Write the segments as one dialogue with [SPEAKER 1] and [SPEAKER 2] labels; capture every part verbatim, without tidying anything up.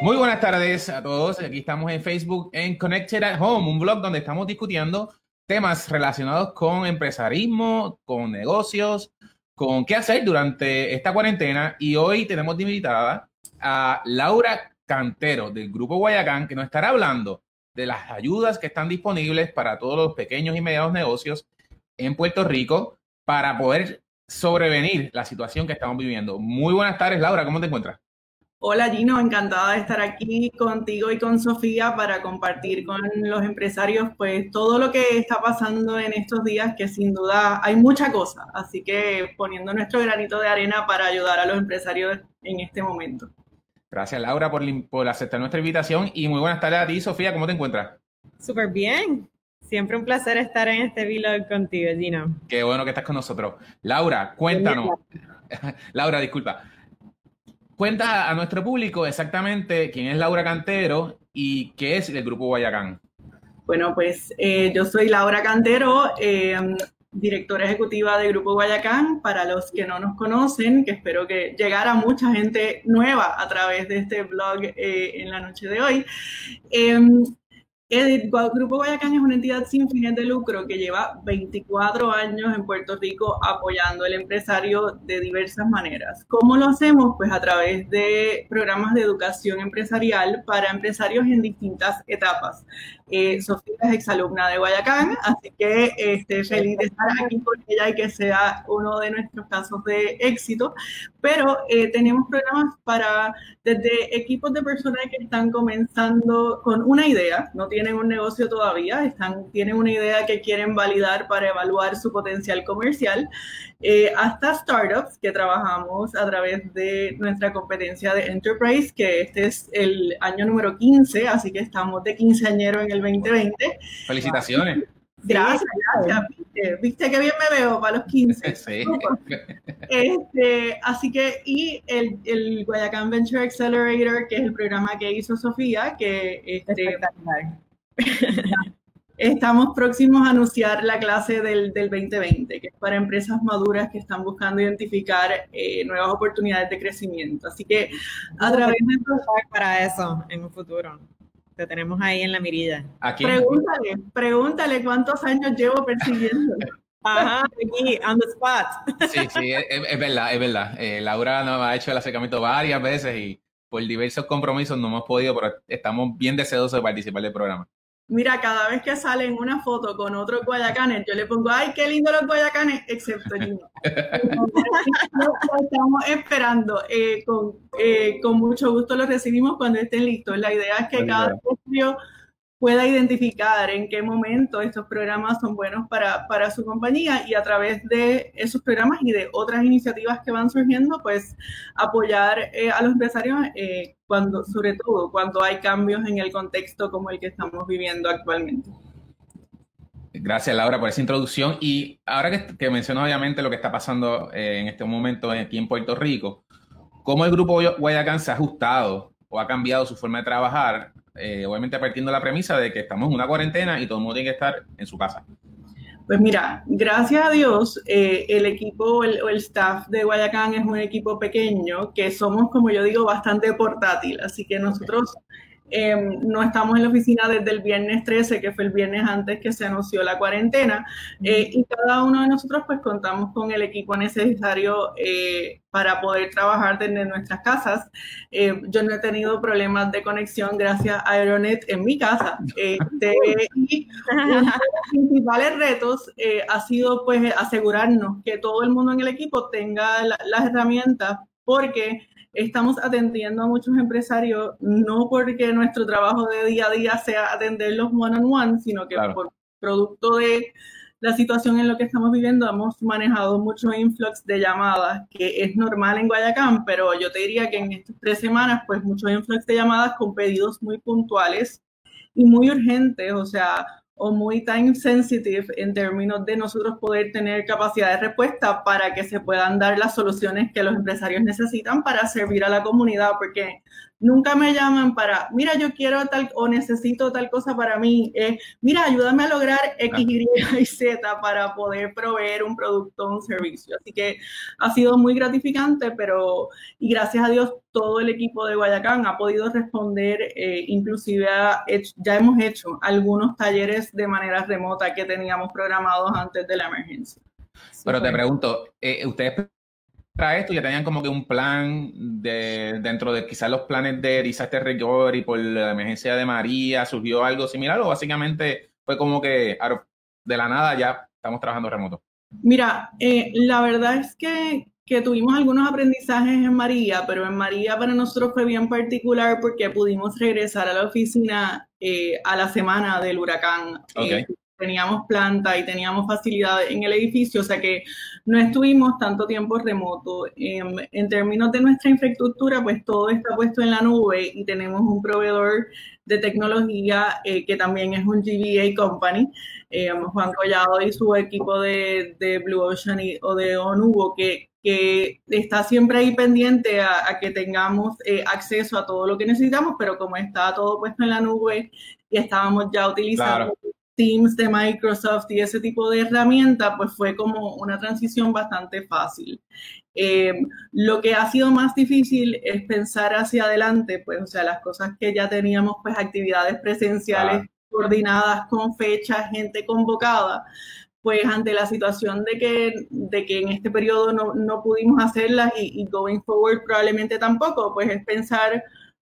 [SPEAKER 1] Muy buenas tardes a todos. Aquí estamos en Facebook en Connected at Home, un blog donde estamos discutiendo temas relacionados con empresarismo, con negocios, con qué hacer durante esta cuarentena. Y hoy tenemos de invitada a Laura Cantero del Grupo Guayacán, que nos estará hablando de las ayudas que están disponibles para todos los pequeños y medianos negocios en Puerto Rico para poder sobrevenir la situación que estamos viviendo. Muy buenas tardes, Laura. ¿Cómo te encuentras?
[SPEAKER 2] Hola Gino, encantada de estar aquí contigo y con Sofía para compartir con los empresarios pues todo lo que está pasando en estos días, que sin duda hay mucha cosa, así que poniendo nuestro granito de arena para ayudar a los empresarios en este momento.
[SPEAKER 1] Gracias Laura por, por aceptar nuestra invitación y muy buenas tardes a ti, Sofía. ¿Cómo te encuentras?
[SPEAKER 3] Súper bien. Siempre un placer estar en este vlog contigo, Gino.
[SPEAKER 1] Qué bueno que estás con nosotros. Laura, cuéntanos. Laura, disculpa. Cuenta a nuestro público exactamente quién es Laura Cantero y qué es el Grupo Guayacán.
[SPEAKER 2] Bueno, pues eh, yo soy Laura Cantero, eh, directora ejecutiva del Grupo Guayacán. Para los que no nos conocen, que espero que llegara mucha gente nueva a través de este blog eh, en la noche de hoy. Eh, El Grupo Guayacán es una entidad sin fines de lucro que lleva veinticuatro años en Puerto Rico apoyando al empresario de diversas maneras. ¿Cómo lo hacemos? Pues a través de programas de educación empresarial para empresarios en distintas etapas. Eh, Sofía es exalumna de Guayacán, así que este, feliz de estar aquí con ella y que sea uno de nuestros casos de éxito. Pero eh, tenemos programas para desde equipos de personas que están comenzando con una idea, no tienen un negocio todavía, están, tienen una idea que quieren validar para evaluar su potencial comercial, eh, hasta startups que trabajamos a través de nuestra competencia de Enterprise, que este es el año número quince, así que estamos de quinceañero en el veinte veinte.
[SPEAKER 1] Felicitaciones.
[SPEAKER 2] Gracias, gracias. ¿Viste? ¿Viste qué bien me veo para los quince?
[SPEAKER 1] Sí.
[SPEAKER 2] Este, así que, y el, el Guayacán Venture Accelerator, que es el programa que hizo Sofía, que este, estamos próximos a anunciar la clase del, del veinte veinte, que es para empresas maduras que están buscando identificar eh, nuevas oportunidades de crecimiento. Así que a través de esto,
[SPEAKER 3] para eso en un futuro. Te tenemos ahí en la mirilla.
[SPEAKER 1] ¿Aquí?
[SPEAKER 2] Pregúntale, pregúntale cuántos años llevo persiguiendo.
[SPEAKER 3] Ajá, aquí, on the spot.
[SPEAKER 1] Sí, sí, es, es verdad, es verdad. Eh, Laura nos ha hecho el acercamiento varias veces y por diversos compromisos no hemos podido, pero estamos bien deseosos de participar del programa.
[SPEAKER 2] Mira, cada vez que sale en una foto con otros guayacanes, yo le pongo, ¡ay, qué lindo los guayacanes! Excepto yo. Lo estamos esperando. Eh, con, eh, con mucho gusto los recibimos cuando estén listos. La idea es que Muy cada negocio pueda identificar en qué momento estos programas son buenos para, para su compañía y a través de esos programas y de otras iniciativas que van surgiendo, pues apoyar eh, a los empresarios, eh, cuando, sobre todo cuando hay cambios en el contexto como el que estamos viviendo actualmente.
[SPEAKER 1] Gracias, Laura, por esa introducción. Y ahora que, que menciono obviamente lo que está pasando eh, en este momento aquí en Puerto Rico, ¿cómo el Grupo Guayacán se ha ajustado o ha cambiado su forma de trabajar? Eh, obviamente partiendo de la premisa de que estamos en una cuarentena y todo el mundo tiene que estar en su casa.
[SPEAKER 2] Pues mira, gracias a Dios, eh, el equipo el, o el staff de Guayacán es un equipo pequeño que somos, como yo digo, bastante portátil. Así que nosotros eh, no estamos en la oficina desde el viernes trece, que fue el viernes antes que se anunció la cuarentena. Eh, y cada uno de nosotros pues contamos con el equipo necesario eh, para poder trabajar desde nuestras casas. Eh, yo no he tenido problemas de conexión gracias a Aeronet en mi casa. Este, y uno de los principales retos eh, ha sido pues asegurarnos que todo el mundo en el equipo tenga la, las herramientas, porque estamos atendiendo a muchos empresarios, no porque nuestro trabajo de día a día sea atenderlos one-on-one, sino que claro, por producto de la situación en la que estamos viviendo hemos manejado mucho influx de llamadas, que es normal en Guayacán, pero yo te diría que en estas tres semanas, pues mucho influx de llamadas con pedidos muy puntuales y muy urgentes, o sea, o muy time sensitive en términos de nosotros poder tener capacidad de respuesta para que se puedan dar las soluciones que los empresarios necesitan para servir a la comunidad, porque nunca me llaman para, mira, yo quiero tal o necesito tal cosa para mí. Eh, mira, ayúdame a lograr X, Y y Z para poder proveer un producto o un servicio. Así que ha sido muy gratificante, pero y gracias a Dios todo el equipo de Guayacán ha podido responder, eh, inclusive ha hecho, ya hemos hecho algunos talleres de manera remota que teníamos programados antes de la emergencia.
[SPEAKER 1] Pero te pregunto, eh, ¿ustedes para esto ya tenían como que un plan de dentro de quizás los planes de disaster recovery por la emergencia de María? ¿Surgió algo similar o básicamente fue como que de la nada ya estamos trabajando remoto?
[SPEAKER 2] Mira, eh, la verdad es que, que tuvimos algunos aprendizajes en María, pero en María para nosotros fue bien particular porque pudimos regresar a la oficina eh, a la semana del huracán.
[SPEAKER 1] Okay.
[SPEAKER 2] Eh, teníamos planta y teníamos facilidades en el edificio, o sea que no estuvimos tanto tiempo remoto. Eh, en términos de nuestra infraestructura, pues todo está puesto en la nube y tenemos un proveedor de tecnología eh, que también es un G V A company, eh, Juan Collado y su equipo de, de Blue Ocean y, o de Onubo, que, que está siempre ahí pendiente a, a que tengamos eh, acceso a todo lo que necesitamos, pero como está todo puesto en la nube y estábamos ya utilizando claro. Teams de Microsoft y ese tipo de herramientas, pues fue como una transición bastante fácil. Eh, lo que ha sido más difícil es pensar hacia adelante, pues, o sea, las cosas que ya teníamos, pues, actividades presenciales ah. coordinadas con fechas, gente convocada, pues, ante la situación de que, de que en este periodo no, no pudimos hacerlas y, y going forward probablemente tampoco, pues, es pensar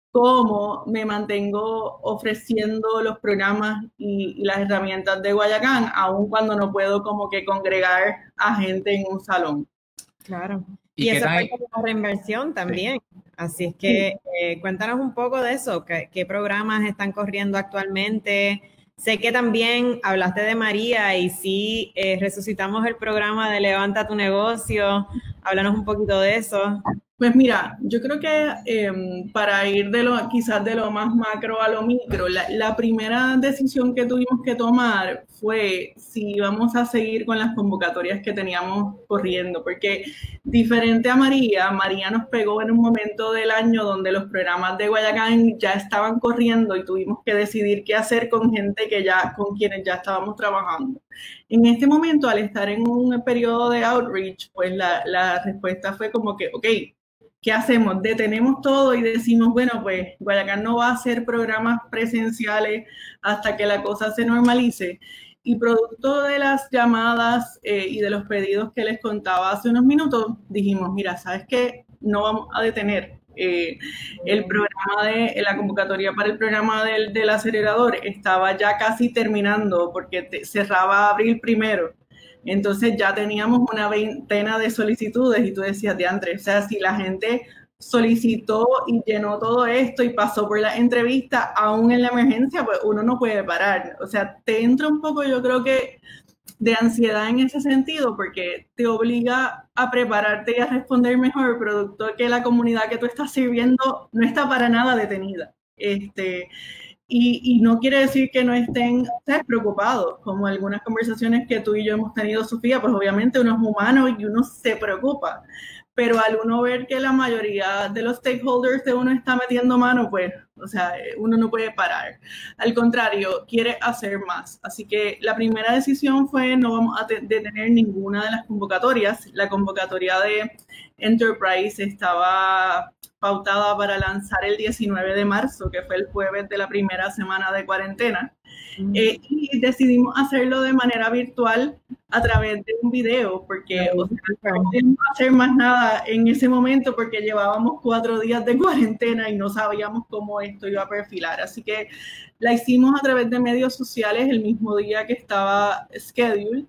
[SPEAKER 2] cómo me mantengo ofreciendo los programas y, y las herramientas de Guayacán, aun cuando no puedo como que congregar a gente en un salón.
[SPEAKER 3] Claro. Y, y eso fue como una reinversión también. Sí. Así es que sí. eh, cuéntanos un poco de eso. ¿Qué, qué programas están corriendo actualmente? Sé que también hablaste de María y sí eh, resucitamos el programa de Levanta tu Negocio. Háblanos un poquito de eso.
[SPEAKER 2] Pues mira, yo creo que eh, para ir de lo, quizás de lo más macro a lo micro, la, la primera decisión que tuvimos que tomar fue si íbamos a seguir con las convocatorias que teníamos corriendo, porque diferente a María, María nos pegó en un momento del año donde los programas de Guayacán ya estaban corriendo y tuvimos que decidir qué hacer con gente que ya, con quienes ya estábamos trabajando. En este momento, al estar en un periodo de outreach, pues la, la respuesta fue como que, ok, ¿qué hacemos? Detenemos todo y decimos, bueno, pues Guayacán no va a hacer programas presenciales hasta que la cosa se normalice. Y producto de las llamadas eh, y de los pedidos que les contaba hace unos minutos, dijimos, mira, ¿sabes qué? No vamos a detener eh, el programa de la convocatoria para el programa del, del acelerador. Estaba ya casi terminando porque te, cerraba abril primero. Entonces ya teníamos una veintena de solicitudes y tú decías, diantre, o sea, si la gente solicitó y llenó todo esto y pasó por la entrevista, aún en la emergencia, pues uno no puede parar. O sea, te entra un poco, yo creo que, de ansiedad en ese sentido, porque te obliga a prepararte y a responder mejor, producto que la comunidad que tú estás sirviendo no está para nada detenida. Este... Y, y no quiere decir que no estén ¿sabes? preocupados, como algunas conversaciones que tú y yo hemos tenido, Sofía, pues obviamente uno es humano y uno se preocupa, pero al uno ver que la mayoría de los stakeholders de uno está metiendo mano, pues, o sea, uno no puede parar. Al contrario, quiere hacer más. Así que la primera decisión fue no vamos a detener ninguna de las convocatorias. La convocatoria de Enterprise estaba pautada para lanzar el diecinueve de marzo, que fue el jueves de la primera semana de cuarentena. Mm. Eh, y decidimos hacerlo de manera virtual a través de un video, porque o sea, no podíamos hacer más nada en ese momento porque llevábamos cuatro días de cuarentena y no sabíamos cómo esto iba a perfilar. Así que la hicimos a través de medios sociales el mismo día que estaba schedule.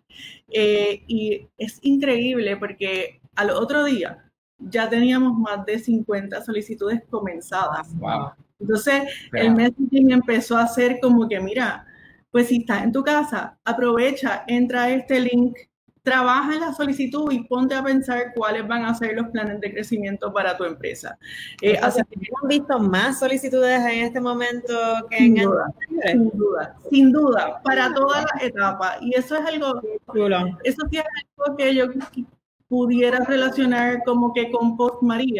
[SPEAKER 2] Eh, y es increíble porque al otro día ya teníamos más de cincuenta solicitudes comenzadas.
[SPEAKER 1] Wow.
[SPEAKER 2] Entonces, wow. El messaging empezó a ser como que, mira, pues si estás en tu casa, aprovecha, entra a este link, trabaja en la solicitud y ponte a pensar cuáles van a ser los planes de crecimiento para tu empresa.
[SPEAKER 3] Eh, así que ¿han visto más solicitudes en este momento que
[SPEAKER 2] sin
[SPEAKER 3] en
[SPEAKER 2] duda,
[SPEAKER 3] el...
[SPEAKER 2] sin duda, sin duda, para todas las etapas. Y eso es algo, eso sí es algo que yo pudiera relacionar como que con Post María,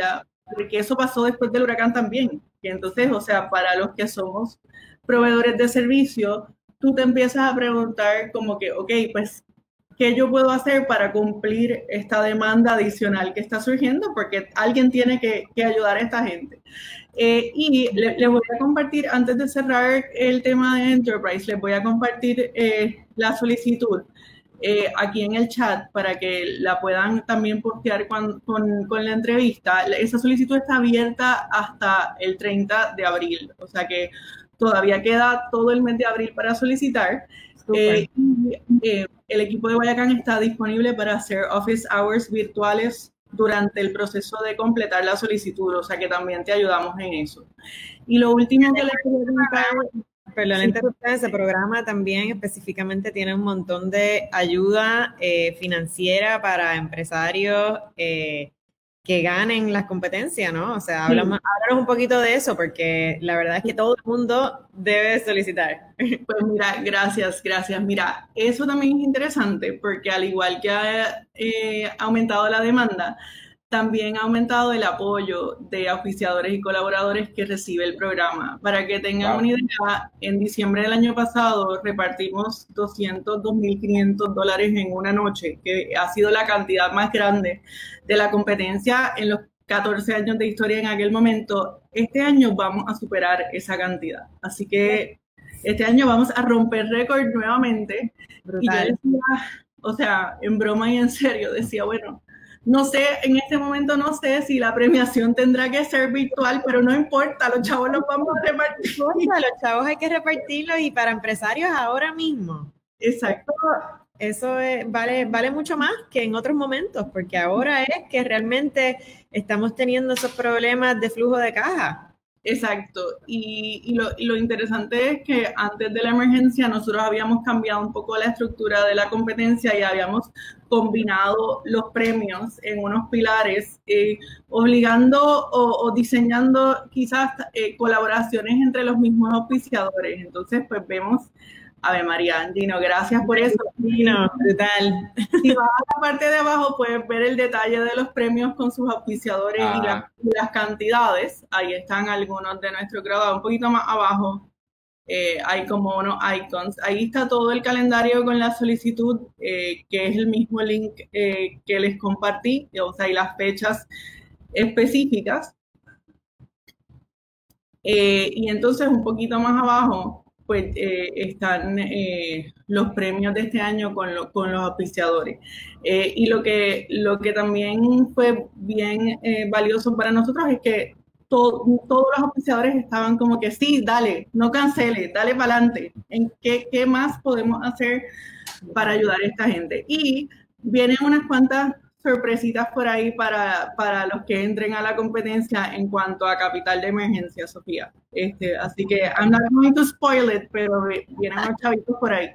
[SPEAKER 2] porque eso pasó después del huracán también. Y entonces, o sea, para los que somos proveedores de servicio, tú te empiezas a preguntar como que, ok, pues, ¿qué yo puedo hacer para cumplir esta demanda adicional que está surgiendo? Porque alguien tiene que, que ayudar a esta gente. Eh, y les le voy a compartir, antes de cerrar el tema de Enterprise, les voy a compartir eh, la solicitud eh, aquí en el chat para que la puedan también postear con, con, con la entrevista. Esa solicitud está abierta hasta el treinta de abril, o sea que todavía queda todo el mes de abril para solicitar. Eh, y, eh, el equipo de Guayacán está disponible para hacer office hours virtuales durante el proceso de completar la solicitud, o sea que también te ayudamos en eso. Y lo último que les quería comentar...
[SPEAKER 3] Perdón, sí. Ese programa también específicamente tiene un montón de ayuda eh, financiera para empresarios eh, que ganen las competencias, ¿no? O sea, háblanos, háblanos un poquito de eso, porque la verdad es que todo el mundo debe solicitar.
[SPEAKER 2] Pues mira, gracias, gracias. Mira, eso también es interesante, porque al igual que ha eh, aumentado la demanda, también ha aumentado el apoyo de auspiciadores y colaboradores que recibe el programa. Para que tengan wow. una idea, en diciembre del año pasado repartimos doscientos dos mil quinientos dólares en una noche, que ha sido la cantidad más grande de la competencia en los catorce años de historia en aquel momento. Este año vamos a superar esa cantidad. Así que este año vamos a romper récord nuevamente. Brutal. Y yo decía, o sea, en broma y en serio, decía, bueno, no sé, en este momento no sé si la premiación tendrá que ser virtual, pero no importa, los chavos los vamos a repartir.
[SPEAKER 3] Los chavos hay que repartirlos y para empresarios ahora mismo.
[SPEAKER 2] Exacto.
[SPEAKER 3] Eso, eso es, vale, vale mucho más que en otros momentos, porque ahora es que realmente estamos teniendo esos problemas de flujo de caja.
[SPEAKER 2] Exacto, y, y, lo, y lo interesante es que antes de la emergencia nosotros habíamos cambiado un poco la estructura de la competencia y habíamos combinado los premios en unos pilares, eh, obligando o, o diseñando quizás eh, colaboraciones entre los mismos auspiciadores. Entonces, pues vemos... Ave María, Gino, gracias por eso.
[SPEAKER 3] Gino, brutal.
[SPEAKER 2] Si vas a la parte de abajo, puedes ver el detalle de los premios con sus auspiciadores ah. y, la, y las cantidades. Ahí están algunos de nuestros graduados. Un poquito más abajo eh, hay como unos icons. Ahí está todo el calendario con la solicitud, eh, que es el mismo link eh, que les compartí, o sea, y las fechas específicas. Eh, y entonces, un poquito más abajo, pues eh, están eh, los premios de este año con, lo, con los auspiciadores. Eh, y lo que, lo que también fue bien eh, valioso para nosotros es que to, todos los auspiciadores estaban como que sí, dale, no cancele, dale para adelante. ¿En qué, qué más podemos hacer para ayudar a esta gente? Y vienen unas cuantas sorpresitas por ahí para, para los que entren a la competencia en cuanto a capital de emergencia, Sofía. Este, así que I'm not going to spoil it, pero vienen unos chavitos por ahí.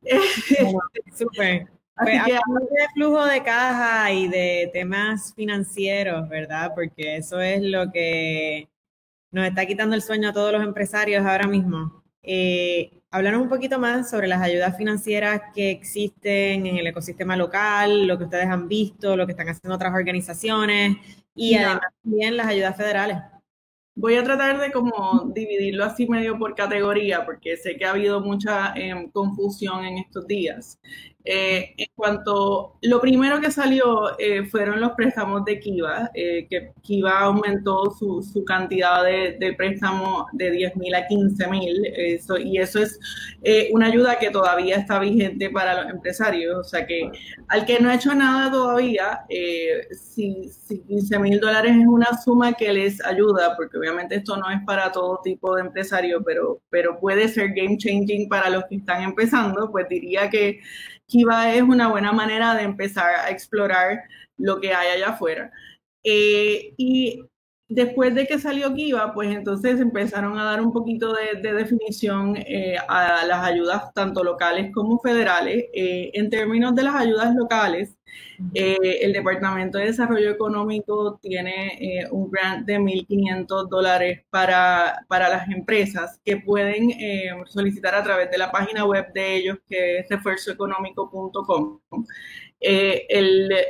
[SPEAKER 3] Súper. Pues, que, hablando de flujo de caja y de temas financieros, ¿verdad? Porque eso es lo que nos está quitando el sueño a todos los empresarios ahora mismo. Eh, Háblanos un poquito más sobre las ayudas financieras que existen en el ecosistema local, lo que ustedes han visto, lo que están haciendo otras organizaciones y ya. Además también las ayudas federales.
[SPEAKER 2] Voy a tratar de como dividirlo así medio por categoría, porque sé que ha habido mucha eh, confusión en estos días. Eh, en cuanto, lo primero que salió eh, fueron los préstamos de Kiva, eh, que Kiva aumentó su, su cantidad de, de préstamo de diez mil a quince mil, eso, y eso es eh, una ayuda que todavía está vigente para los empresarios, o sea que al que no ha hecho nada todavía, eh, si, si quince mil dólares es una suma que les ayuda, porque obviamente esto no es para todo tipo de empresario, pero, pero puede ser game changing para los que están empezando, pues diría que Kiva es una buena manera de empezar a explorar lo que hay allá afuera. Eh, y después de que salió Kiva, pues entonces empezaron a dar un poquito de, de definición eh, a las ayudas tanto locales como federales. Eh, en términos de las ayudas locales, eh, el Departamento de Desarrollo Económico tiene eh, un grant de mil quinientos dólares para, para las empresas que pueden eh, solicitar a través de la página web de ellos, que es refuerzo económico punto com. Eh, el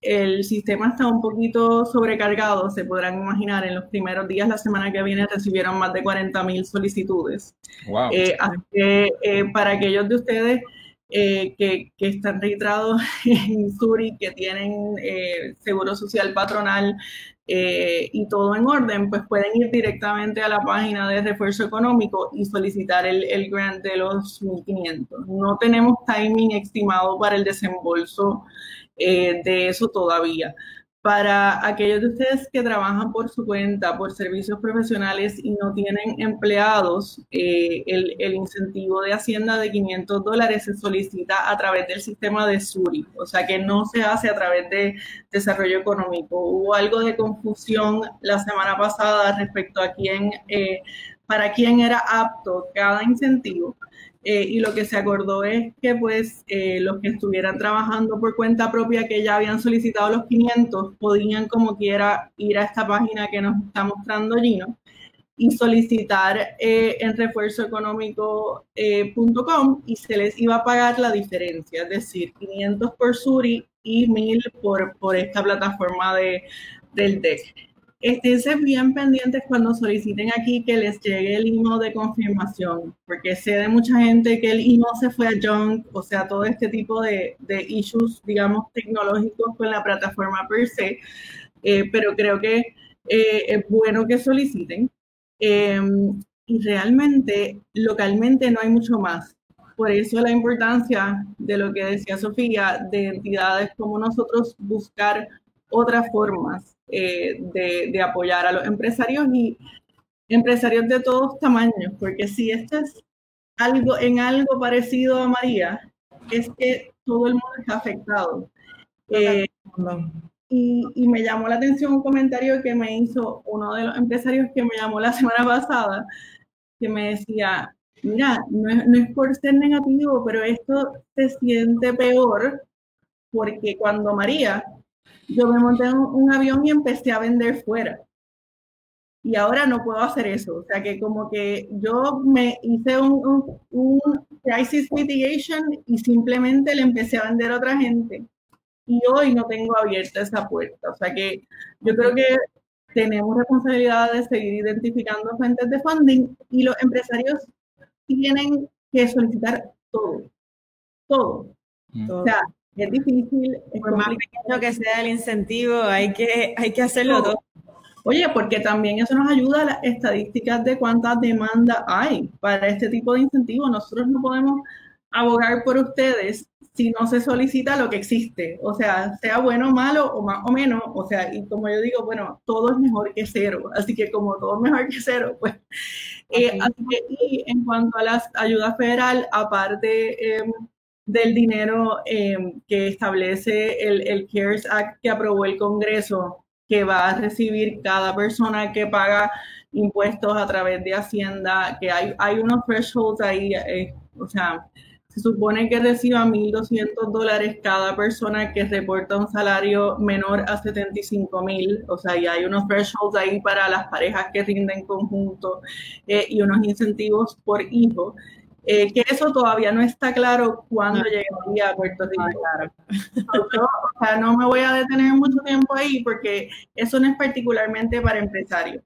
[SPEAKER 2] el sistema está un poquito sobrecargado, se podrán imaginar. En los primeros días, la semana que viene, recibieron más de cuarenta mil solicitudes.
[SPEAKER 1] Wow.
[SPEAKER 2] Eh, así que eh, para aquellos de ustedes eh, que, que están registrados en Zurich, que tienen eh, seguro social patronal eh, y todo en orden, pues pueden ir directamente a la página de Refuerzo Económico y solicitar el, el grant de los mil quinientos. No tenemos timing estimado para el desembolso eh, de eso todavía. Para aquellos de ustedes que trabajan por su cuenta, por servicios profesionales y no tienen empleados, eh, el, el incentivo de Hacienda de quinientos dólares se solicita a través del sistema de Zurich, o sea que no se hace a través de Desarrollo Económico. Hubo algo de confusión la semana pasada respecto a quién, eh, para quién era apto cada incentivo. Eh, y lo que se acordó es que pues eh, los que estuvieran trabajando por cuenta propia que ya habían solicitado los quinientos podían como quiera ir a esta página que nos está mostrando Gino y solicitar eh, en refuerzo económico punto com y se les iba a pagar la diferencia, es decir, quinientos por Zurich y mil por, por esta plataforma de, del D E C. Esténse bien pendientes cuando soliciten aquí que les llegue el email de confirmación, porque sé de mucha gente que el email se fue a junk, o sea, todo este tipo de, de issues, digamos, tecnológicos con la plataforma per se, eh, pero creo que eh, es bueno que soliciten. Eh, y realmente, localmente no hay mucho más. Por eso la importancia de lo que decía Sofía, de entidades como nosotros buscar otras formas eh, de, de apoyar a los empresarios y empresarios de todos tamaños, porque si esto es algo en algo parecido a María, es que todo el mundo está afectado. Eh, y, y me llamó la atención un comentario que me hizo uno de los empresarios que me llamó la semana pasada, que me decía, mira, no es, no es por ser negativo, pero esto se siente peor porque cuando María, yo me monté en un avión y empecé a vender fuera. Y ahora no puedo hacer eso. O sea que como que yo me hice un, un, un crisis mitigation y simplemente le empecé a vender a otra gente. Y hoy no tengo abierta esa puerta. O sea que yo creo que tenemos responsabilidad de seguir identificando fuentes de funding y los empresarios tienen que solicitar todo. Todo. Mm. O sea, es difícil. Es
[SPEAKER 3] Por más pequeño que sea el incentivo, hay que, hay que hacerlo todo.
[SPEAKER 2] Oye, porque también eso nos ayuda a las estadísticas de cuánta demanda hay para este tipo de incentivos. Nosotros no podemos abogar por ustedes si no se solicita lo que existe. O sea, sea bueno o malo o más o menos. O sea, y como yo digo, bueno, todo es mejor que cero. Así que como todo es mejor que cero, pues. Eh, okay. Así que, y en cuanto a la ayuda federal, aparte eh, del dinero eh, que establece el, el CARES Act que aprobó el Congreso, que va a recibir cada persona que paga impuestos a través de Hacienda, que hay, hay unos thresholds ahí, eh, o sea, se supone que reciba mil doscientos dólares cada persona que reporta un salario menor a setenta y cinco mil, o sea, y hay unos thresholds ahí para las parejas que rinden conjunto eh, y unos incentivos por hijo. Eh, que eso todavía no está claro cuándo no. llegaría a Puerto Rico. No, claro. Yo, o sea, no me voy a detener mucho tiempo ahí porque eso no es particularmente para empresarios.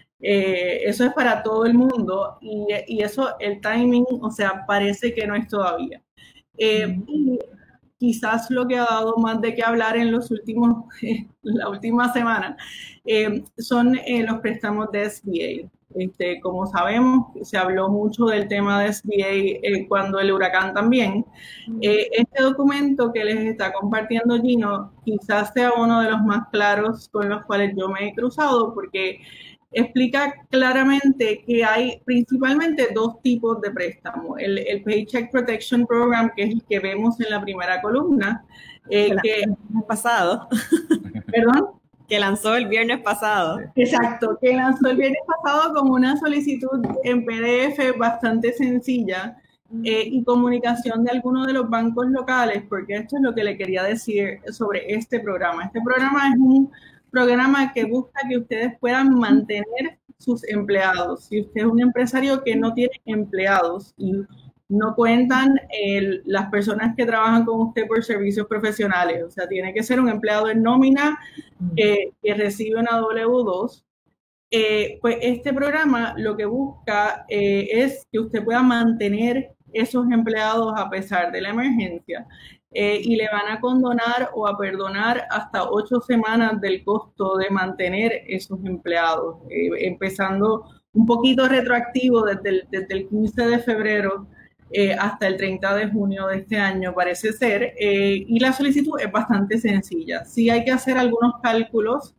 [SPEAKER 2] Eh, eso es para todo el mundo y, y eso, el timing, o sea, parece que no es todavía. Eh, mm. Y quizás lo que ha dado más de qué hablar en los últimos, eh, la última semana, eh, son eh, los préstamos de S B A. Este, como sabemos, se habló mucho del tema de S B A eh, cuando el huracán también. Eh, este documento que les está compartiendo Gino quizás sea uno de los más claros con los cuales yo me he cruzado porque explica claramente que hay principalmente dos tipos de préstamos. El, el Paycheck Protection Program, que es el que vemos en la primera columna. Eh, que
[SPEAKER 3] el pasado.
[SPEAKER 2] ¿Perdón?
[SPEAKER 3] Que lanzó el viernes pasado.
[SPEAKER 2] Exacto, que lanzó el viernes pasado con una solicitud en P D F bastante sencilla eh, y comunicación de algunos de los bancos locales, porque esto es lo que le quería decir sobre este programa. Este programa es un programa que busca que ustedes puedan mantener sus empleados. Si usted es un empresario que no tiene empleados y no cuentan el, las personas que trabajan con usted por servicios profesionales. O sea, tiene que ser un empleado en nómina que, que recibe una doble u dos. Eh, pues este programa lo que busca eh, es que usted pueda mantener esos empleados a pesar de la emergencia eh, y le van a condonar o a perdonar hasta ocho semanas del costo de mantener esos empleados, eh, empezando un poquito retroactivo desde el, desde el quince de febrero eh, hasta el treinta de junio de este año, parece ser, eh, y la solicitud es bastante sencilla. Sí hay que hacer algunos cálculos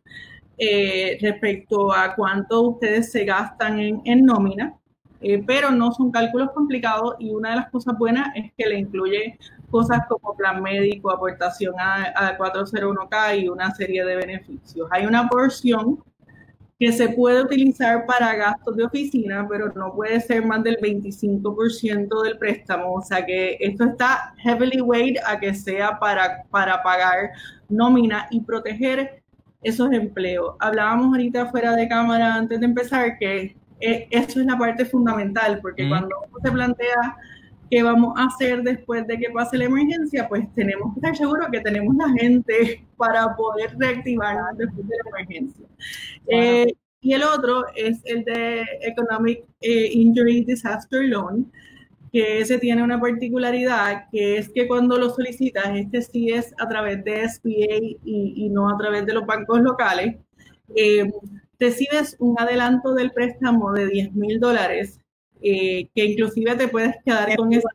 [SPEAKER 2] Eh, respecto a cuánto ustedes se gastan en, en nómina, eh, pero no son cálculos complicados y una de las cosas buenas es que le incluye cosas como plan médico, aportación a, a cuatrocientos uno K y una serie de beneficios. Hay una porción que se puede utilizar para gastos de oficina, pero no puede ser más del veinticinco por ciento del préstamo, o sea que esto está heavily weighted a que sea para, para pagar nómina y proteger esos empleos. Hablábamos ahorita fuera de cámara antes de empezar que eh, eso es la parte fundamental, porque mm. cuando uno se plantea qué vamos a hacer después de que pase la emergencia, pues tenemos que estar seguros que tenemos la gente para poder reactivarnos después de la emergencia. Wow. Eh, y el otro es el de Economic eh, Injury Disaster Loan, que ese tiene una particularidad, que es que cuando lo solicitas, este sí es a través de S B A y, y no a través de los bancos locales, eh, recibes un adelanto del préstamo de diez mil dólares, eh, que inclusive te puedes quedar es con ese.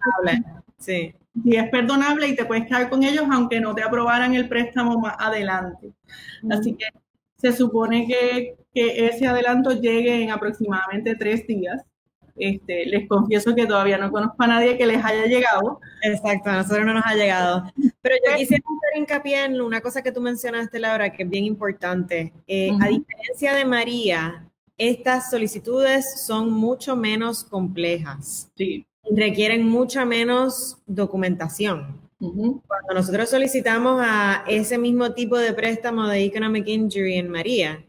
[SPEAKER 2] Sí. Y es perdonable y te puedes quedar con ellos aunque no te aprobaran el préstamo más adelante. Mm. Así que se supone que, que ese adelanto llegue en aproximadamente tres días. Este, les confieso que todavía no conozco a nadie que les haya llegado.
[SPEAKER 3] Exacto, a nosotros no nos ha llegado. Pero yo quisiera hacer hincapié en una cosa que tú mencionaste, Laura, que es bien importante. Eh, uh-huh. A diferencia de María, estas solicitudes son mucho menos complejas.
[SPEAKER 2] Sí.
[SPEAKER 3] Requieren mucha menos documentación. Uh-huh. Cuando nosotros solicitamos a ese mismo tipo de préstamo de Economic Injury en María,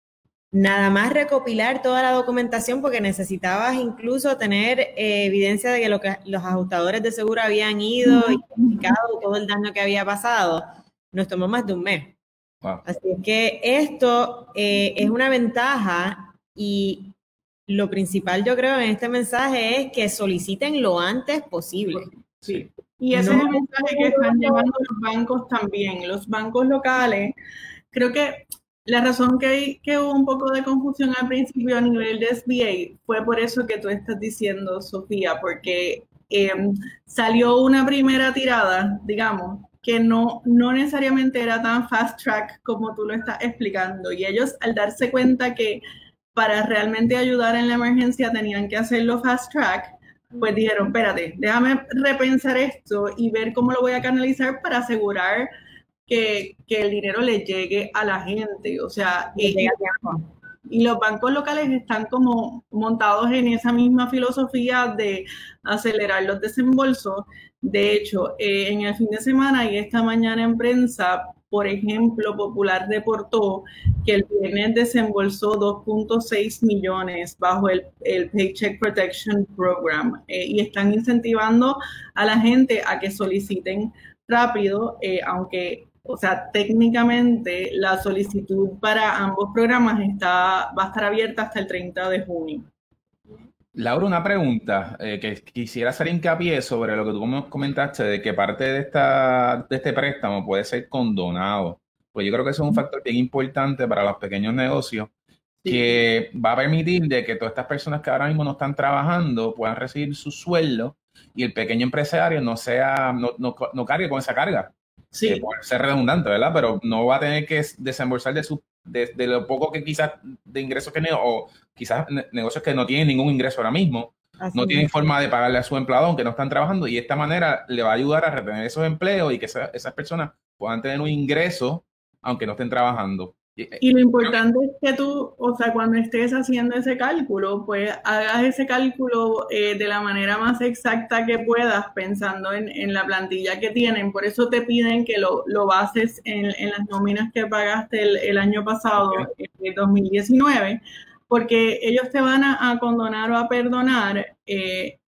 [SPEAKER 3] nada más recopilar toda la documentación, porque necesitabas incluso tener eh, evidencia de que, lo que los ajustadores de seguro habían ido y identificado todo el daño que había pasado. Nos tomó más de un mes. Wow. Así que esto eh, es una ventaja y lo principal yo creo en este mensaje es que soliciten lo antes posible.
[SPEAKER 2] Sí. Y ese no, es el mensaje que están llevando los bancos también. Los bancos locales, creo que la razón que, hay, que hubo un poco de confusión al principio a nivel de S B A fue por eso que tú estás diciendo, Sofía, porque eh, salió una primera tirada, digamos, que no, no necesariamente era tan fast track como tú lo estás explicando. Y ellos, al darse cuenta que para realmente ayudar en la emergencia tenían que hacerlo fast track, pues dijeron, espérate, déjame repensar esto y ver cómo lo voy a canalizar para asegurar Que, que el dinero le llegue a la gente, o sea, y, y los bancos locales están como montados en esa misma filosofía de acelerar los desembolsos. De hecho, eh, en el fin de semana y esta mañana en prensa, por ejemplo, Popular reportó que el viernes desembolsó dos punto seis millones bajo el, el Paycheck Protection Program eh, y están incentivando a la gente a que soliciten rápido, eh, aunque o sea, técnicamente la solicitud para ambos programas está, va a estar abierta hasta el treinta de junio.
[SPEAKER 1] Laura, una pregunta eh, que quisiera hacer hincapié sobre lo que tú comentaste de que parte de, esta, de este préstamo puede ser condonado. Pues yo creo que eso es un factor bien importante para los pequeños negocios, sí, que va a permitir de que todas estas personas que ahora mismo no están trabajando puedan recibir su sueldo y el pequeño empresario no sea no, no, no cargue con esa carga. Sí. Eh, por ser redundante, ¿verdad? Pero no va a tener que desembolsar de, su, de, de lo poco que quizás de ingresos que tiene, o quizás ne- negocios que no tienen ningún ingreso ahora mismo, así no tienen forma de pagarle a su empleado aunque no están trabajando, y de esta manera le va a ayudar a retener esos empleos y que esa, esas personas puedan tener un ingreso aunque no estén trabajando.
[SPEAKER 2] Y lo importante es que tú, o sea, cuando estés haciendo ese cálculo, pues hagas ese cálculo eh, de la manera más exacta que puedas, pensando en, en la plantilla que tienen. Por eso te piden que lo, lo bases en, en las nóminas que pagaste el, el año pasado, okay, el dos mil diecinueve, porque ellos te van a, a condonar o a perdonar eh,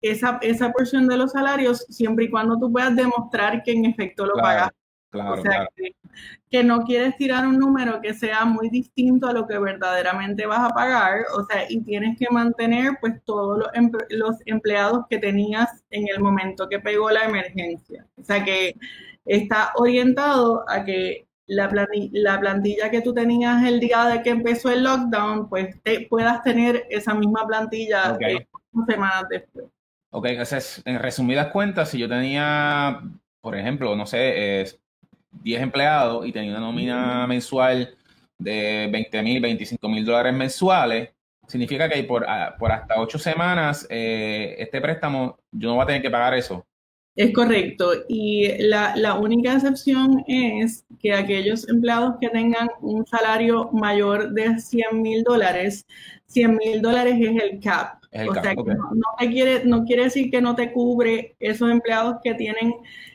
[SPEAKER 2] esa, esa porción de los salarios siempre y cuando tú puedas demostrar que en efecto lo
[SPEAKER 1] Claro,
[SPEAKER 2] pagas.
[SPEAKER 1] claro,
[SPEAKER 2] O sea,
[SPEAKER 1] claro.
[SPEAKER 2] que, que no quieres tirar un número que sea muy distinto a lo que verdaderamente vas a pagar, o sea, y tienes que mantener pues todos los, emple- los empleados que tenías en el momento que pegó la emergencia. O sea, que está orientado a que la plantilla, la plantilla que tú tenías el día de que empezó el lockdown, pues te, puedas tener esa misma plantilla
[SPEAKER 1] Ok.
[SPEAKER 2] eh, dos semanas después.
[SPEAKER 1] Ok, entonces, en resumidas cuentas, si yo tenía, por ejemplo, no sé, eh, diez empleados y tenía una nómina mensual de veinte mil, veinticinco mil dólares mensuales, significa que por, ah, por hasta ocho semanas eh, este préstamo yo no voy a tener que pagar eso.
[SPEAKER 2] Es correcto. Y la, la única excepción es que aquellos empleados que tengan un salario mayor de cien mil dólares, cien mil dólares es el cap.
[SPEAKER 1] Es el
[SPEAKER 2] O
[SPEAKER 1] cap,
[SPEAKER 2] sea, que
[SPEAKER 1] ok.
[SPEAKER 2] no, no te quiere, no quiere decir que no te cubre esos empleados que tienen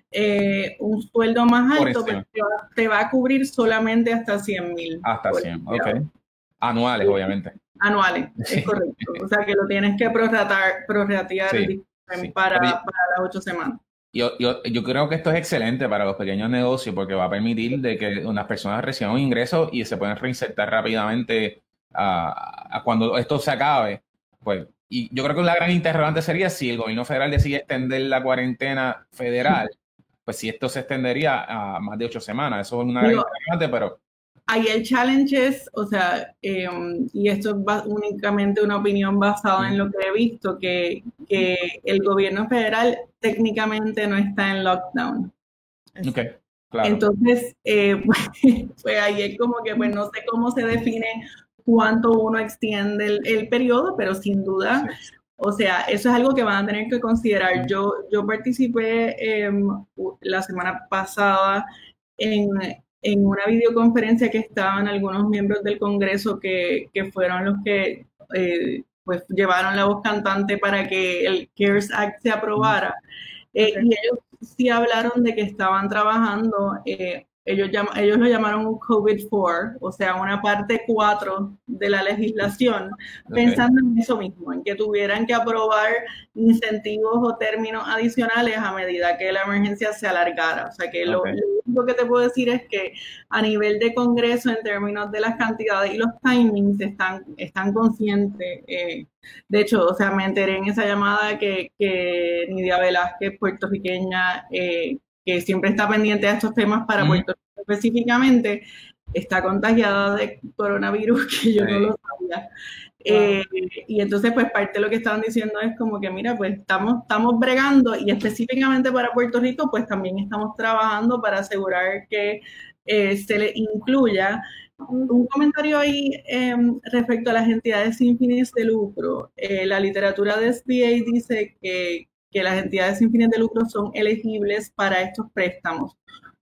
[SPEAKER 2] eh, un sueldo más
[SPEAKER 1] Por
[SPEAKER 2] alto, pero
[SPEAKER 1] encima,
[SPEAKER 2] te va, te va a cubrir solamente hasta cien mil
[SPEAKER 1] hasta
[SPEAKER 2] por
[SPEAKER 1] cien, ok.
[SPEAKER 2] empleado.
[SPEAKER 1] Anuales, obviamente.
[SPEAKER 2] Anuales,
[SPEAKER 1] Sí,
[SPEAKER 2] es correcto. O sea, que lo tienes que prorratar, prorratear
[SPEAKER 1] sí,
[SPEAKER 2] disculpen,
[SPEAKER 1] sí.
[SPEAKER 2] para,
[SPEAKER 1] Pero
[SPEAKER 2] para las ocho semanas.
[SPEAKER 1] Yo, yo, yo creo que esto es excelente para los pequeños negocios porque va a permitir de que unas personas reciban un ingreso y se pueden reinsertar rápidamente a, a cuando esto se acabe. Pues, y yo creo que la gran interrogante sería si el gobierno federal decide extender la cuarentena federal, pues si esto se extendería a más de ocho semanas. Eso es una gran
[SPEAKER 2] Digo,
[SPEAKER 1] interrogante, pero
[SPEAKER 2] ahí el challenge es, o sea, eh, y esto es ba- únicamente una opinión basada en
[SPEAKER 1] mm,
[SPEAKER 2] lo que he visto, que, que el gobierno federal técnicamente no está en lockdown.
[SPEAKER 1] ok, claro.
[SPEAKER 2] Entonces, eh, pues, pues ahí es como que pues no sé cómo se define cuánto uno extiende el, el periodo, pero sin duda,
[SPEAKER 1] Sí.
[SPEAKER 2] o sea, eso es algo que van a tener que considerar. Yo, yo participé eh, la semana pasada en, en una videoconferencia que estaban algunos miembros del Congreso que, que fueron los que eh, pues llevaron la voz cantante para que el CARES Act se aprobara. Eh,
[SPEAKER 1] Ok.
[SPEAKER 2] y ellos sí hablaron de que estaban trabajando, eh, ellos, llama, ellos lo llamaron un COVID cuatro, o sea, una parte cuatro de la legislación,
[SPEAKER 1] Ok.
[SPEAKER 2] pensando en eso mismo, en que tuvieran que aprobar incentivos o términos adicionales a medida que la emergencia se alargara. O sea, que lo,
[SPEAKER 1] Ok.
[SPEAKER 2] lo único que te puedo decir es que a nivel de Congreso, en términos de las cantidades y los timings, están, están conscientes. Eh, de hecho, o sea, me enteré en esa llamada que, que Nidia Velázquez, puertorriqueña, eh, que siempre está pendiente de estos temas para
[SPEAKER 1] Mm,
[SPEAKER 2] Puerto Rico específicamente, está contagiada de coronavirus, que yo no
[SPEAKER 1] sí.
[SPEAKER 2] lo sabía. Eh, y entonces, pues parte de lo que estaban diciendo es como que, mira, pues estamos, estamos bregando y específicamente para Puerto Rico, pues también estamos trabajando para asegurar que eh, se le incluya. Un comentario ahí eh, respecto a las entidades sin fines de lucro. Eh, la literatura de S B A dice que, que las entidades sin fines de lucro son elegibles para estos préstamos.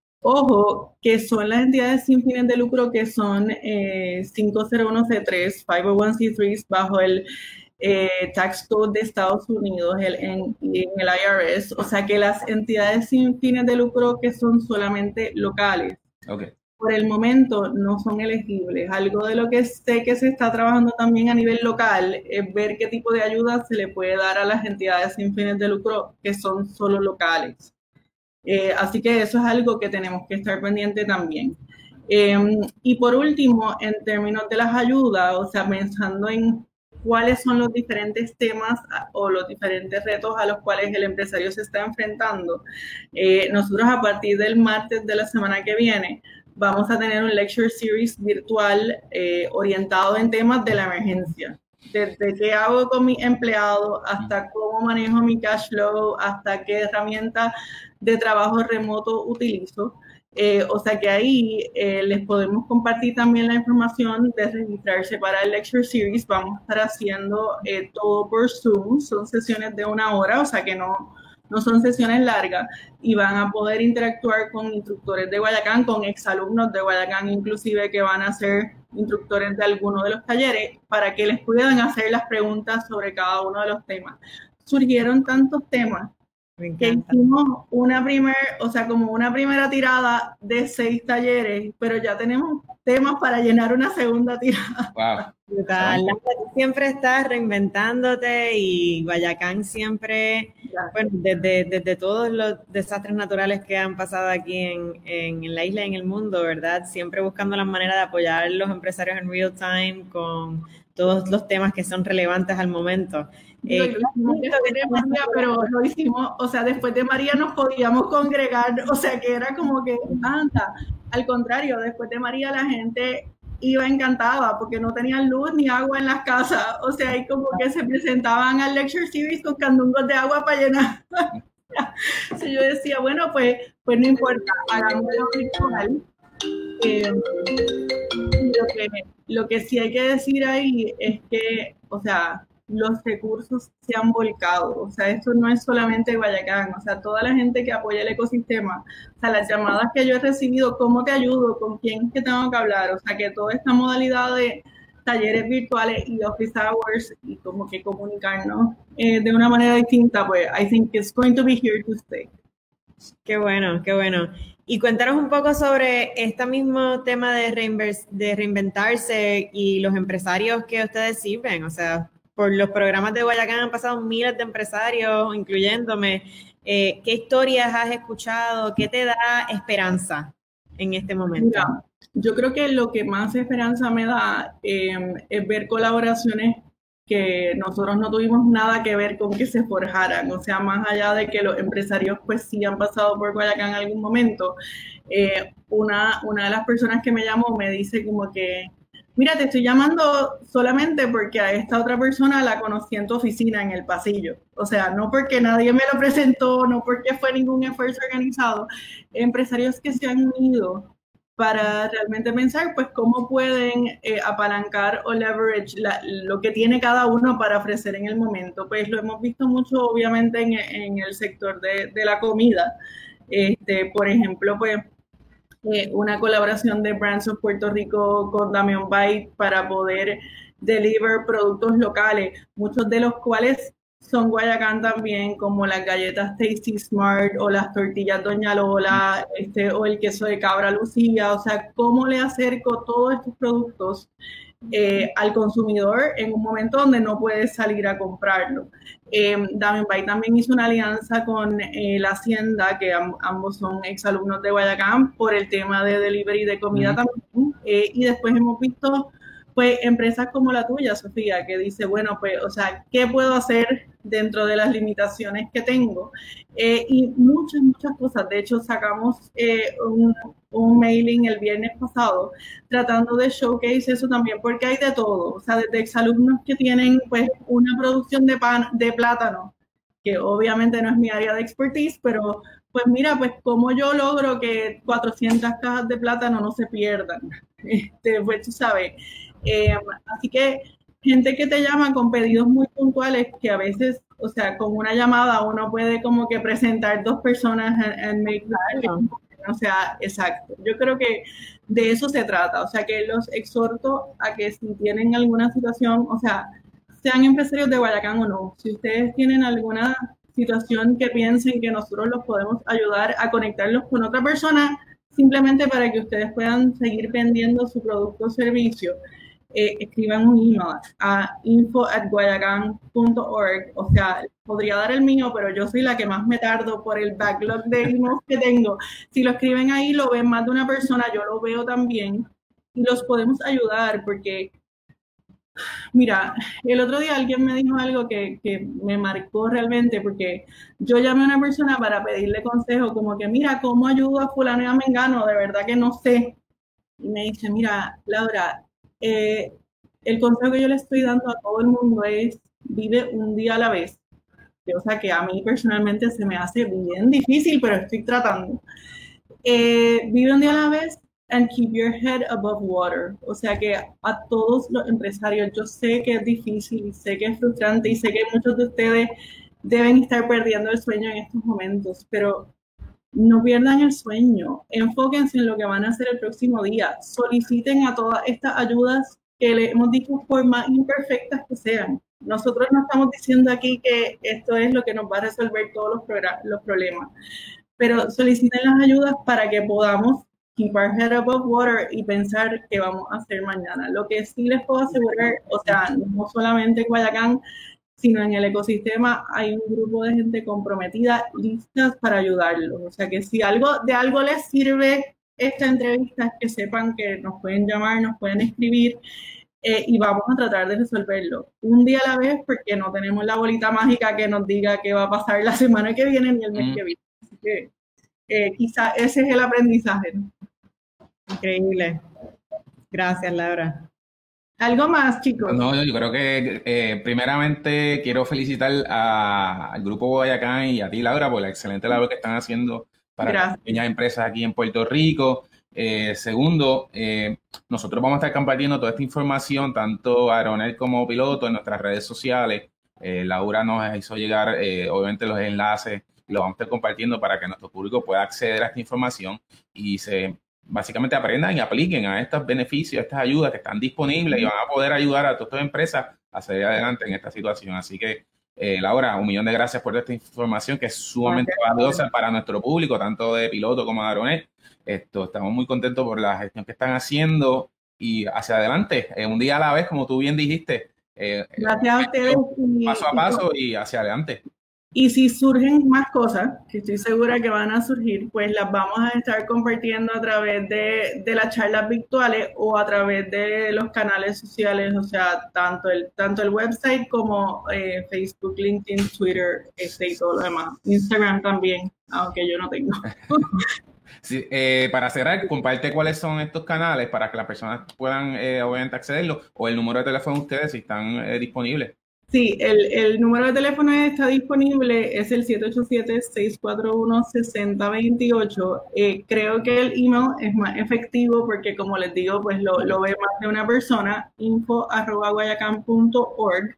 [SPEAKER 2] Ojo, que son las entidades sin fines de lucro que son eh, cinco cero uno C tres, cinco cero uno C tres bajo el eh, Tax Code de Estados Unidos el, en, en el I R S. O sea que las entidades sin fines de lucro que son solamente locales,
[SPEAKER 1] Ok.
[SPEAKER 2] por el momento no son elegibles. Algo de lo que sé que se está trabajando también a nivel local es ver qué tipo de ayuda se le puede dar a las entidades sin fines de lucro que son solo locales. Eh, así que eso es algo que tenemos que estar pendiente también. Eh, y por último, en términos de las ayudas, o sea, pensando en cuáles son los diferentes temas o los diferentes retos a los cuales el empresario se está enfrentando, eh, nosotros a partir del martes de la semana que viene vamos a tener un lecture series virtual eh, orientado en temas de la emergencia. Desde qué hago con mis empleados, hasta cómo manejo mi cash flow, hasta qué herramientas de trabajo remoto utilizo. Eh, o sea que ahí eh, les podemos compartir también la información de registrarse para el Lecture Series. Vamos a estar haciendo eh, todo por Zoom, son sesiones de una hora, o sea que no, no son sesiones largas y van a poder interactuar con instructores de Guayacán, con exalumnos de Guayacán inclusive que van a ser instructores de alguno de los talleres para que les puedan hacer las preguntas sobre cada uno de los temas. Surgieron tantos temas
[SPEAKER 3] Me
[SPEAKER 2] que
[SPEAKER 3] encanta.
[SPEAKER 2] hicimos una primer, o sea, como una primera tirada de seis talleres, pero ya tenemos temas para llenar una segunda tirada.
[SPEAKER 1] Wow.
[SPEAKER 3] Brutal. Laura, tú siempre estás reinventándote y Guayacán siempre, bueno, desde, desde todos los desastres naturales que han pasado aquí en, en, en la isla y en el mundo, ¿verdad? Siempre buscando la manera de apoyar a los empresarios en real time con todos los temas que son relevantes al momento.
[SPEAKER 2] Eh, lo hicimos después de María, pero lo hicimos, o sea, después de María nos podíamos congregar, o sea, que era como que, anda, al contrario, después de María la gente iba encantada porque no tenían luz ni agua en las casas, o sea, y como que se presentaban al lecture series con candungos de agua para llenar. Entonces yo decía, bueno, pues, pues no importa, hagámoslo virtual. Eh, lo, que, lo que sí hay que decir ahí es que, o sea, los recursos se han volcado, o sea, esto no es solamente Guayacán, o sea, toda la gente que apoya el ecosistema, o sea, las llamadas que yo he recibido, ¿cómo te ayudo? ¿Con quién es que tengo que hablar? O sea, que toda esta modalidad de talleres virtuales y office hours y como que comunicarnos eh, de una manera distinta, pues, I think it's going to be here to stay.
[SPEAKER 3] Qué bueno, qué bueno. Y cuéntanos un poco sobre este mismo tema de, reinver- de reinventarse y los empresarios que ustedes sirven, o sea, por los programas de Guayacán han pasado miles de empresarios, incluyéndome. Eh, ¿Qué historias has escuchado? ¿Qué te da esperanza en este momento?
[SPEAKER 2] Mira, yo creo que lo que más esperanza me da eh, es ver colaboraciones que nosotros no tuvimos nada que ver con que se forjaran, o sea, más allá de que los empresarios pues sí han pasado por Guayacán en algún momento. Eh, una, una de las personas que me llamó me dice como que, mira, te estoy llamando solamente porque a esta otra persona la conocí en tu oficina, en el pasillo. O sea, no porque nadie me lo presentó, no porque fue ningún esfuerzo organizado. Empresarios que se han unido para realmente pensar, pues, cómo pueden eh, apalancar o leverage la, lo que tiene cada uno para ofrecer en el momento. Pues lo hemos visto mucho, obviamente, en, en el sector de, de la comida. Este, por ejemplo, pues, Eh, una colaboración de Brands of Puerto Rico con Damian Bite para poder deliver productos locales, muchos de los cuales son Guayacán también, como las galletas Tasty Smart o las tortillas Doña Lola, este, o el queso de cabra Lucía. O sea, cómo le acerco todos estos productos eh, al consumidor en un momento donde no puede salir a comprarlo. Eh, Damian Bite también hizo una alianza con eh, la Hacienda, que amb ambos son exalumnos de Guayacán, por el tema de delivery de comida mm. también. Eh, y después hemos visto pues empresas como la tuya, Sofía, que dice, bueno, pues, o sea, ¿qué puedo hacer dentro de las limitaciones que tengo? Eh, y muchas, muchas cosas. De hecho, sacamos eh, un, un mailing el viernes pasado tratando de showcase eso también, porque hay de todo. O sea, desde exalumnos que tienen, pues, una producción de, pan, de plátano, que obviamente no es mi área de expertise, pero, pues, mira, pues, cómo yo logro que cuatrocientas cajas de plátano no se pierdan. Este, pues, tú sabes. Eh, así que gente que te llama con pedidos muy puntuales que a veces, o sea, con una llamada uno puede como que presentar dos personas en make claro. O sea, exacto. Yo creo que de eso se trata. O sea, que los exhorto a que si tienen alguna situación, o sea, sean empresarios de Guayacán o no, si ustedes tienen alguna situación que piensen que nosotros los podemos ayudar a conectarlos con otra persona, simplemente para que ustedes puedan seguir vendiendo su producto o servicio, Eh, escriban un email a info at guayacán punto org. O sea, podría dar el mío, pero yo soy la que más me tardo por el backlog de emails que tengo. Si lo escriben ahí, lo ven más de una persona, yo lo veo también y los podemos ayudar porque, mira, el otro día alguien me dijo algo que, que me marcó realmente porque yo llamé a una persona para pedirle consejo, como que, mira, ¿cómo ayudo a fulano y a mengano? De verdad que no sé. Y me dice, mira, Laura, Eh, el consejo que yo le estoy dando a todo el mundo es vive un día a la vez. O sea que a mí personalmente se me hace bien difícil, pero estoy tratando. Eh, vive un día a la vez and keep your head above water. O sea que a todos los empresarios, yo sé que es difícil, sé que es frustrante y sé que muchos de ustedes deben estar perdiendo el sueño en estos momentos, pero no pierdan el sueño, enfóquense en lo que van a hacer el próximo día, soliciten a todas estas ayudas que le hemos dicho por más imperfectas que sean, Nosotros no estamos diciendo aquí que esto es lo que nos va a resolver todos los, los problemas, pero soliciten las ayudas para que podamos keep our head above water y pensar qué vamos a hacer mañana. Lo que sí les puedo asegurar, o sea, no solamente en Guayacán, sino en el ecosistema hay un grupo de gente comprometida, listas para ayudarlos. O sea que si algo de algo les sirve esta entrevista, es que sepan que nos pueden llamar, nos pueden escribir eh, y vamos a tratar de resolverlo un día a la vez, porque no tenemos la bolita mágica que nos diga qué va a pasar la semana que viene ni el mes mm. que viene. Así que eh, quizá ese es el aprendizaje, ¿no?
[SPEAKER 3] Increíble. Gracias, Laura.
[SPEAKER 2] ¿Algo más, chicos?
[SPEAKER 1] No, yo creo que eh, primeramente quiero felicitar a, al Grupo Guayacán y a ti, Laura, por la excelente labor que están haciendo para Gracias. Las pequeñas empresas aquí en Puerto Rico. Eh, segundo, eh, nosotros vamos a estar compartiendo toda esta información, tanto Aeronel como Piloto, en nuestras redes sociales. Eh, Laura nos hizo llegar, eh, obviamente, los enlaces, y los vamos a estar compartiendo para que nuestro público pueda acceder a esta información y se básicamente aprendan y apliquen a estos beneficios, a estas ayudas que están disponibles y van a poder ayudar a todas estas empresas a salir adelante en esta situación. Así que, eh, Laura, un millón de gracias por esta información que es sumamente valiosa para nuestro público, tanto de Piloto como de Aeronel. Esto, estamos muy contentos por la gestión que están haciendo y hacia adelante, eh, un día a la vez, como tú bien dijiste. Eh,
[SPEAKER 2] gracias a ustedes.
[SPEAKER 1] Paso a paso y hacia adelante.
[SPEAKER 2] Y si surgen más cosas, que estoy segura que van a surgir, pues las vamos a estar compartiendo a través de, de las charlas virtuales o a través de los canales sociales, o sea, tanto el, tanto el website como eh, Facebook, LinkedIn, Twitter, este, y todo lo demás. Instagram también, aunque yo no tengo.
[SPEAKER 1] Sí, eh, para cerrar, comparte cuáles son estos canales para que las personas puedan eh, obviamente accederlos, o el número de teléfono de ustedes si están eh, disponibles.
[SPEAKER 2] Sí, el, el número de teléfono está disponible, es el siete ocho siete, seis cuatro uno, seis cero dos ocho. Eh, creo que el email es más efectivo porque, como les digo, pues lo, lo ve más de una persona, info arroba guayacán punto org.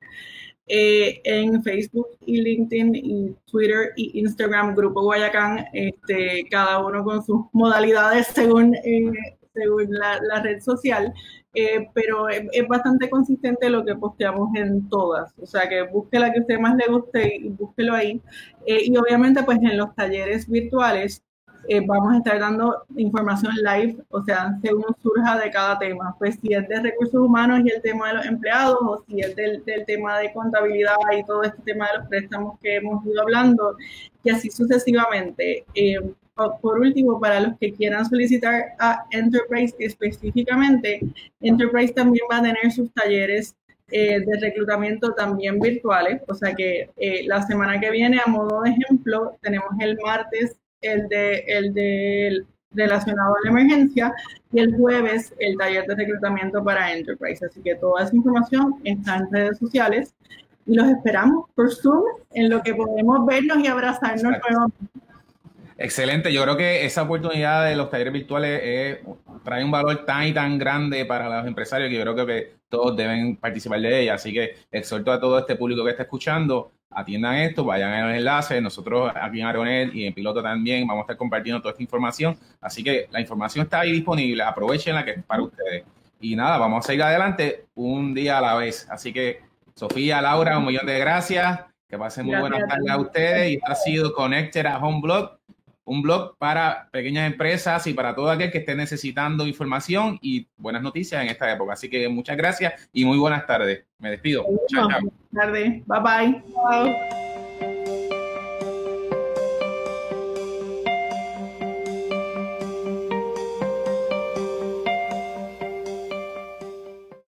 [SPEAKER 2] Eh, en Facebook y LinkedIn y Twitter y Instagram, Grupo Guayacán, este, cada uno con sus modalidades según, eh, según la, la red social. Eh, pero es, es bastante consistente lo que posteamos en todas, o sea que busque la que a usted más le guste y búsquelo ahí. Eh, y obviamente pues en los talleres virtuales eh, vamos a estar dando información live, o sea, según surja de cada tema, pues si es de recursos humanos y el tema de los empleados, o si es del, del tema de contabilidad y todo este tema de los préstamos que hemos ido hablando, y así sucesivamente. Eh, Por último, para los que quieran solicitar a Enterprise específicamente, Enterprise también va a tener sus talleres eh, de reclutamiento también virtuales, o sea que eh, la semana que viene, a modo de ejemplo, tenemos el martes el de, el de el relacionado a la emergencia y el jueves el taller de reclutamiento para Enterprise, así que toda esa información está en redes sociales y los esperamos por Zoom en lo que podemos vernos y abrazarnos nuevamente.
[SPEAKER 1] Excelente, yo creo que esa oportunidad de los talleres virtuales eh, trae un valor tan y tan grande para los empresarios que yo creo que todos deben participar de ella, así que exhorto a todo este público que está escuchando, atiendan esto, vayan a los enlaces, nosotros aquí en Aeronel y en Piloto también vamos a estar compartiendo toda esta información, así que la información está ahí disponible, aprovechenla que es para ustedes. Y nada, vamos a seguir adelante un día a la vez, así que Sofía, Laura, un millón de gracias, que pasen muy
[SPEAKER 2] gracias.
[SPEAKER 1] buenas tardes a ustedes y esto ha sido Connected at Home Blog, un blog para pequeñas empresas y para todo aquel que esté necesitando información y buenas noticias en esta época. Así que muchas gracias y muy buenas tardes. Me despido.
[SPEAKER 2] Chao, chao. Buenas tardes. Bye bye. Bye.